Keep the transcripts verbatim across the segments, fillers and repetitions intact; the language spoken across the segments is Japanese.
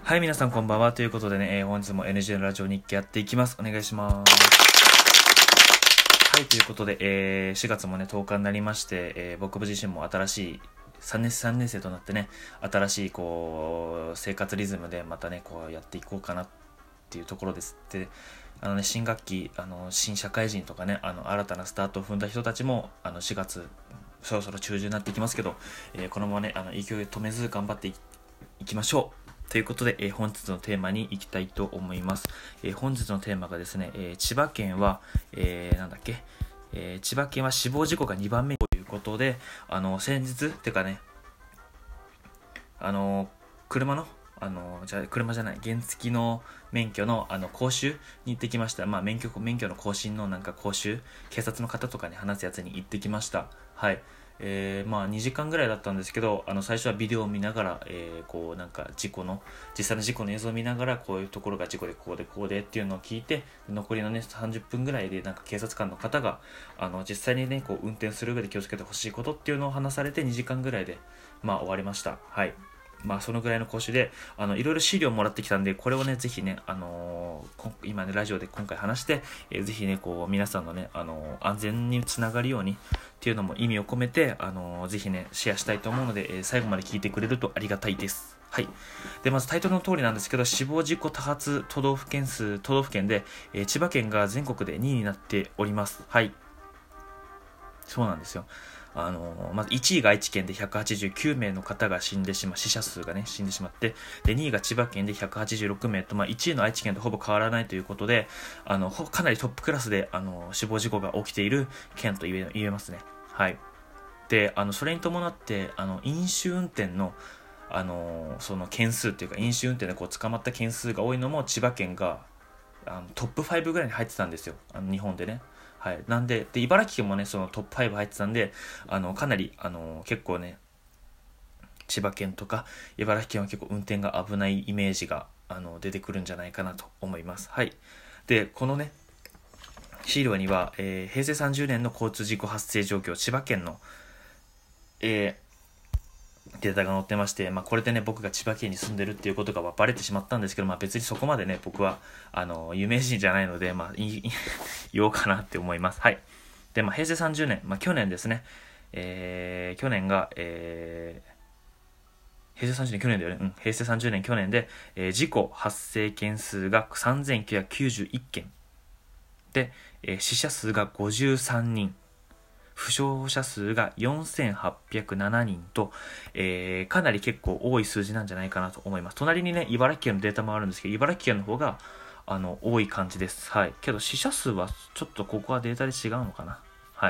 はい、皆さんこんばんは。ということでね、えー本日も エヌジェー のラジオ日記やっていきます。お願いします。はい、ということで、えーしがつもね、とおかになりまして、えー僕自身も新しいさんねんさんねん生となってね、新しいこう生活リズムでまたね、こうやっていこうかなっていうところです。で、あのね、新学期、あの新社会人とかね、あの新たなスタートを踏んだ人たちも、あのしがつそろそろ中旬になってきますけど、えーこのままね、あの勢い止めず頑張っていいきましょう。ということで、えー本日のテーマに行きたいと思います。えー本日のテーマがですね、えー千葉県は、えーなんだっけ、えー千葉県は死亡事故がにばんめということで、あの、先日、てかね、あの、車の、あの、じゃあ車じゃない、原付の免許の、あの、講習に行ってきました。まあ、免許、免許の更新のなんか講習、警察の方とかに話すやつに行ってきました。はい。えー、まあにじかんぐらいだったんですけど、あの最初はビデオを見ながら、えー、こうなんか事故の実際の事故の映像を見ながら、こういうところが事故でこうでこうでっていうのを聞いて、残りのねさんじゅっぷんぐらいでなんか警察官の方があの実際にねこう運転する上で気をつけてほしいことっていうのを話されて、にじかんぐらいでまあ終わりました。はい。まあそのぐらいの講習で、あのいろいろ資料もらってきたんで、これをねぜひね、あのー今ねラジオで今回話して、えー、ぜひねこう皆さんのね、あのー安全につながるようにっていうのも意味を込めて、あのーぜひねシェアしたいと思うので、えー最後まで聞いてくれるとありがたいです。はい。でまずタイトルの通りなんですけど、死亡事故多発都道府県数都道府県で、えー千葉県が全国でにいになっております。はい。そうなんですよ。あのまずいちいが愛知県でひゃくはちじゅうきゅうめいの方が死んでしまう、死者数がね死んでしまって、でにいが千葉県でひゃくはちじゅうろくめいと、まあ、いちいの愛知県とほぼ変わらないということで、あのかなりトップクラスであの死亡事故が起きている県と言え言えますね。はい。であのそれに伴ってあの飲酒運転のあのその件数っていうか、飲酒運転でこう捕まった件数が多いのも千葉県があのトップごぐらいに入ってたんですよ、あの日本でね。はい、なんで、で茨城県もねそのトップご入ってたんで、あのかなりあの結構ね千葉県とか茨城県は結構運転が危ないイメージがあの出てくるんじゃないかなと思います。はい。でこのね資料には、えー、へいせいさんじゅうねんの交通事故発生状況、千葉県の、えーデータが載ってまして、まあ、これでね僕が千葉県に住んでるっていうことがバレてしまったんですけど、まあ、別にそこまでね僕はあの有名人じゃないので、まあ、言い言おうかなって思います。はい。で、まあ、へいせいさんじゅうねん、まあ、去年ですね、えー、去年が、えー、へいせいさんじゅうねん去年だよね、うん、へいせいさんじゅうねん去年で、えー、事故発生件数がさんぜんきゅうひゃくきゅうじゅういっけんで、えー、死者数がごじゅうさんにん、負傷者数がよんせんはっぴゃくななにんと、えー、かなり結構多い数字なんじゃないかなと思います。隣にね茨城県のデータもあるんですけど、茨城県の方があの多い感じです。はい。けど死者数はちょっとここはデータで違うのかな。はい。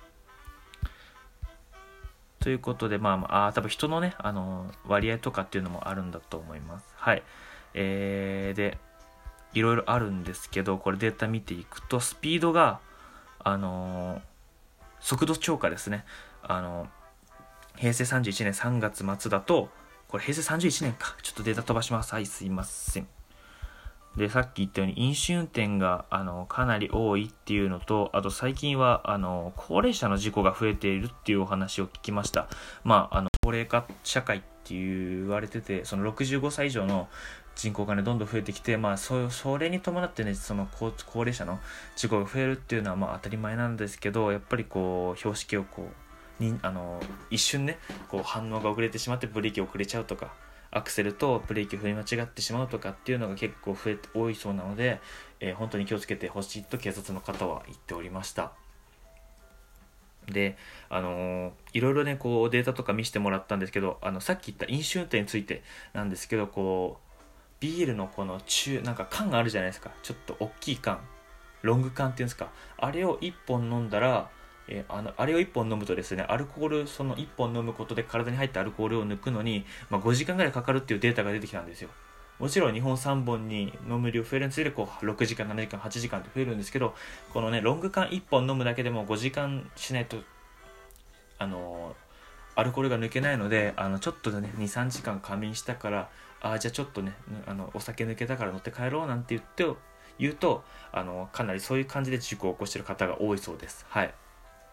ということで、まあまあ、あ多分人のね、あの割合とかっていうのもあるんだと思います。はい。えー、で、いろいろあるんですけど、これデータ見ていくと、スピードが、あのー速度超過ですね。あのへいせいさんじゅういちねんさんがつ末だと、これへいせいさんじゅういちねんか。ちょっとデータ飛ばします。はい、すいません。で、さっき言ったように飲酒運転があのかなり多いっていうのと、あと最近はあの高齢者の事故が増えているっていうお話を聞きました。まあ、あの高齢化社会って言われてて、そのろくじゅうごさい以上の人口がねどんどん増えてきて、まあ、そ, それに伴ってねその 高, 高齢者の事故が増えるっていうのはまあ当たり前なんですけど、やっぱりこう標識をこうにあの一瞬ねこう反応が遅れてしまってブレーキ遅れちゃうとか、アクセルとブレーキを踏み間違ってしまうとかっていうのが結構増えて多いそうなので、えー、本当に気をつけてほしいと警察の方は言っておりました。で、あのー、いろいろねこうデータとか見せてもらったんですけど、あのさっき言った飲酒運転についてなんですけど、こうビールのこの中なんか缶があるじゃないですか、ちょっと大きい缶、ロング缶っていうんですか、あれをいっぽん飲んだら、えー、あのあれをいっぽん飲むとですね、アルコールそのいっぽん飲むことで体に入ったアルコールを抜くのに、まあ、ごじかんぐらいかかるっていうデータが出てきたんですよ。もちろん日本さんぼんに飲む量増えるにつれてこうろくじかんななじかんはちじかんって増えるんですけど、このねロング缶いっぽん飲むだけでもごじかんしないとあのアルコールが抜けないので、あのちょっとねにさんじかん仮眠したから、あじゃあちょっとねあのお酒抜けたから乗って帰ろうなんて言って言うと、あのかなりそういう感じで事故を起こしている方が多いそうです。はい。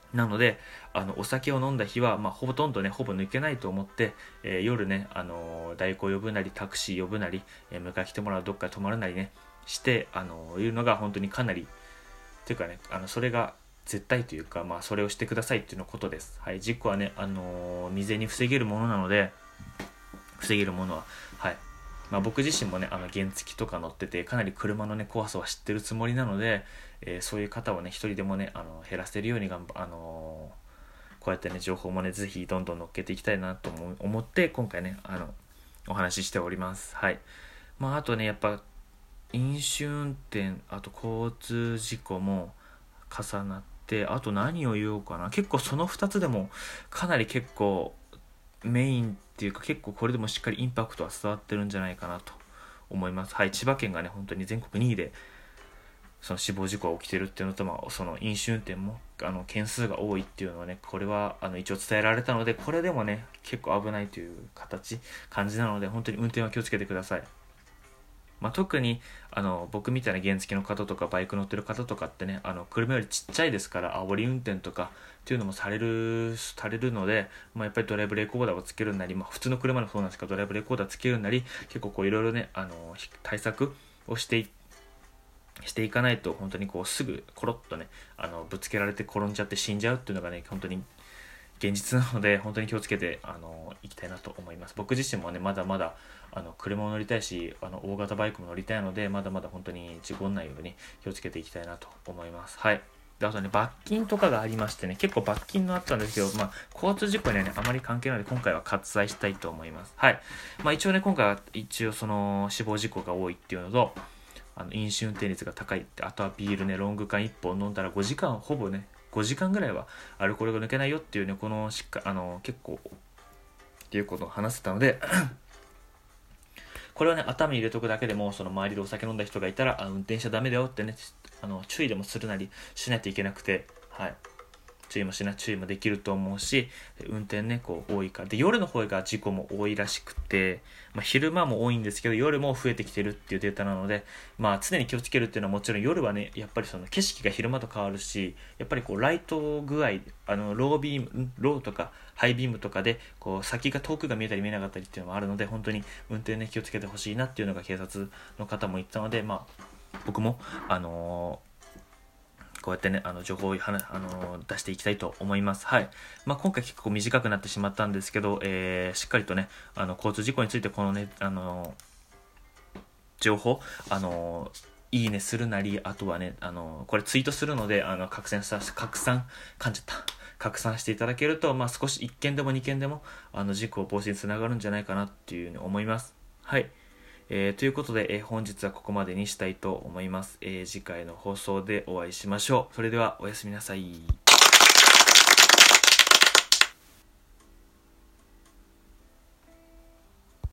なのであのお酒を飲んだ日は、まあ、ほとんどねほぼ抜けないと思って、えー、夜ね、あのー、代行呼ぶなりタクシー呼ぶなり、えー、迎え来てもらう、どっか泊まるなりねして、あのー、いうのが本当にかなりというかね、あのそれが絶対というか、まあ、それをしてくださいっていうのことです。はい、事故はね、あのー、未然に防げるものなので、防げるものは、はい、まあ、僕自身もね、あの原付とか乗っててかなり車のね怖さは知ってるつもりなので、えー、そういう方をね一人でもね、あの減らせるように頑張、あのー、こうやってね情報もねぜひどんどん乗っけていきたいなと思って今回ねあのお話ししております。はい。まああとねやっぱ飲酒運転、あと交通事故も重なって、あと何を言おうかな、結構そのふたつでもかなり結構メインっていうか、結構これでもしっかりインパクトは伝わってるんじゃないかなと思います。はい。千葉県がね本当に全国にいでその死亡事故が起きてるっていうのと、まあ、その飲酒運転もあの件数が多いっていうのはね、これはあの一応伝えられたので、これでもね結構危ないという形感じなので、本当に運転は気をつけてください。まあ、特にあの僕みたいな原付の方とかバイク乗ってる方とかってね、あの車よりちっちゃいですから、煽り運転とかっていうのもされるされるので、まあ、やっぱりドライブレコーダーをつけるなり、まあ、普通の車でもそうなんですけどドライブレコーダーつけるなり、結構こういろいろねあの対策をしていしていかないと、本当にこうすぐコロッとねあのぶつけられて転んじゃって死んじゃうっていうのがね本当に現実なので、本当に気をつけてあのいきたいなと思います。僕自身もねまだまだあの車も乗りたいし、あの大型バイクも乗りたいので、まだまだ本当に事故んないように気をつけていきたいなと思います。はい。であとね罰金とかがありましてね、結構罰金のあったんですけど、まあ交通事故にはねあまり関係ないので、今回は割愛したいと思います。はい。まあ一応ね今回は一応その死亡事故が多いっていうのと、あの飲酒運転率が高いって、あとはビールねロング缶いっぽん飲んだらごじかんほぼねごじかんぐらいはアルコールが抜けないよっていうね、このしっかあの結構っていうことを話せたのでこれをね頭に入れとくだけでも、その周りでお酒飲んだ人がいたら、あ運転しちゃダメだよってね、あの注意でもするなりしないといけなくて、はい、注意もしな注意もできると思うし、運転ねこう多いからで、夜の方が事故も多いらしくて、まあ、昼間も多いんですけど夜も増えてきてるっていうデータなので、まあ常に気をつけるっていうのはもちろん、夜はねやっぱりその景色が昼間と変わるし、やっぱりこうライト具合、あのロービームローとかハイビームとかでこう先が遠くが見えたり見えなかったりっていうのもあるので、本当に運転ね気をつけてほしいなっていうのが警察の方も言ったので、まあ僕もあのーこうやってねあの情報を、あのー、出していきたいと思います。はい。まあ、今回結構短くなってしまったんですけど、えー、しっかりとねあの交通事故についてこのねあのー、情報あのー、いいねするなり、あとはねあのー、これツイートするのであの拡散さ拡散噛んじゃった拡散していただけると、まあ、少しいっけんでもにけんでもあの事故防止につながるんじゃないかなっていうふうに思います。はい。えー、ということで、えー、本日はここまでにしたいと思います。えー、次回の放送でお会いしましょう。それではおやすみなさい。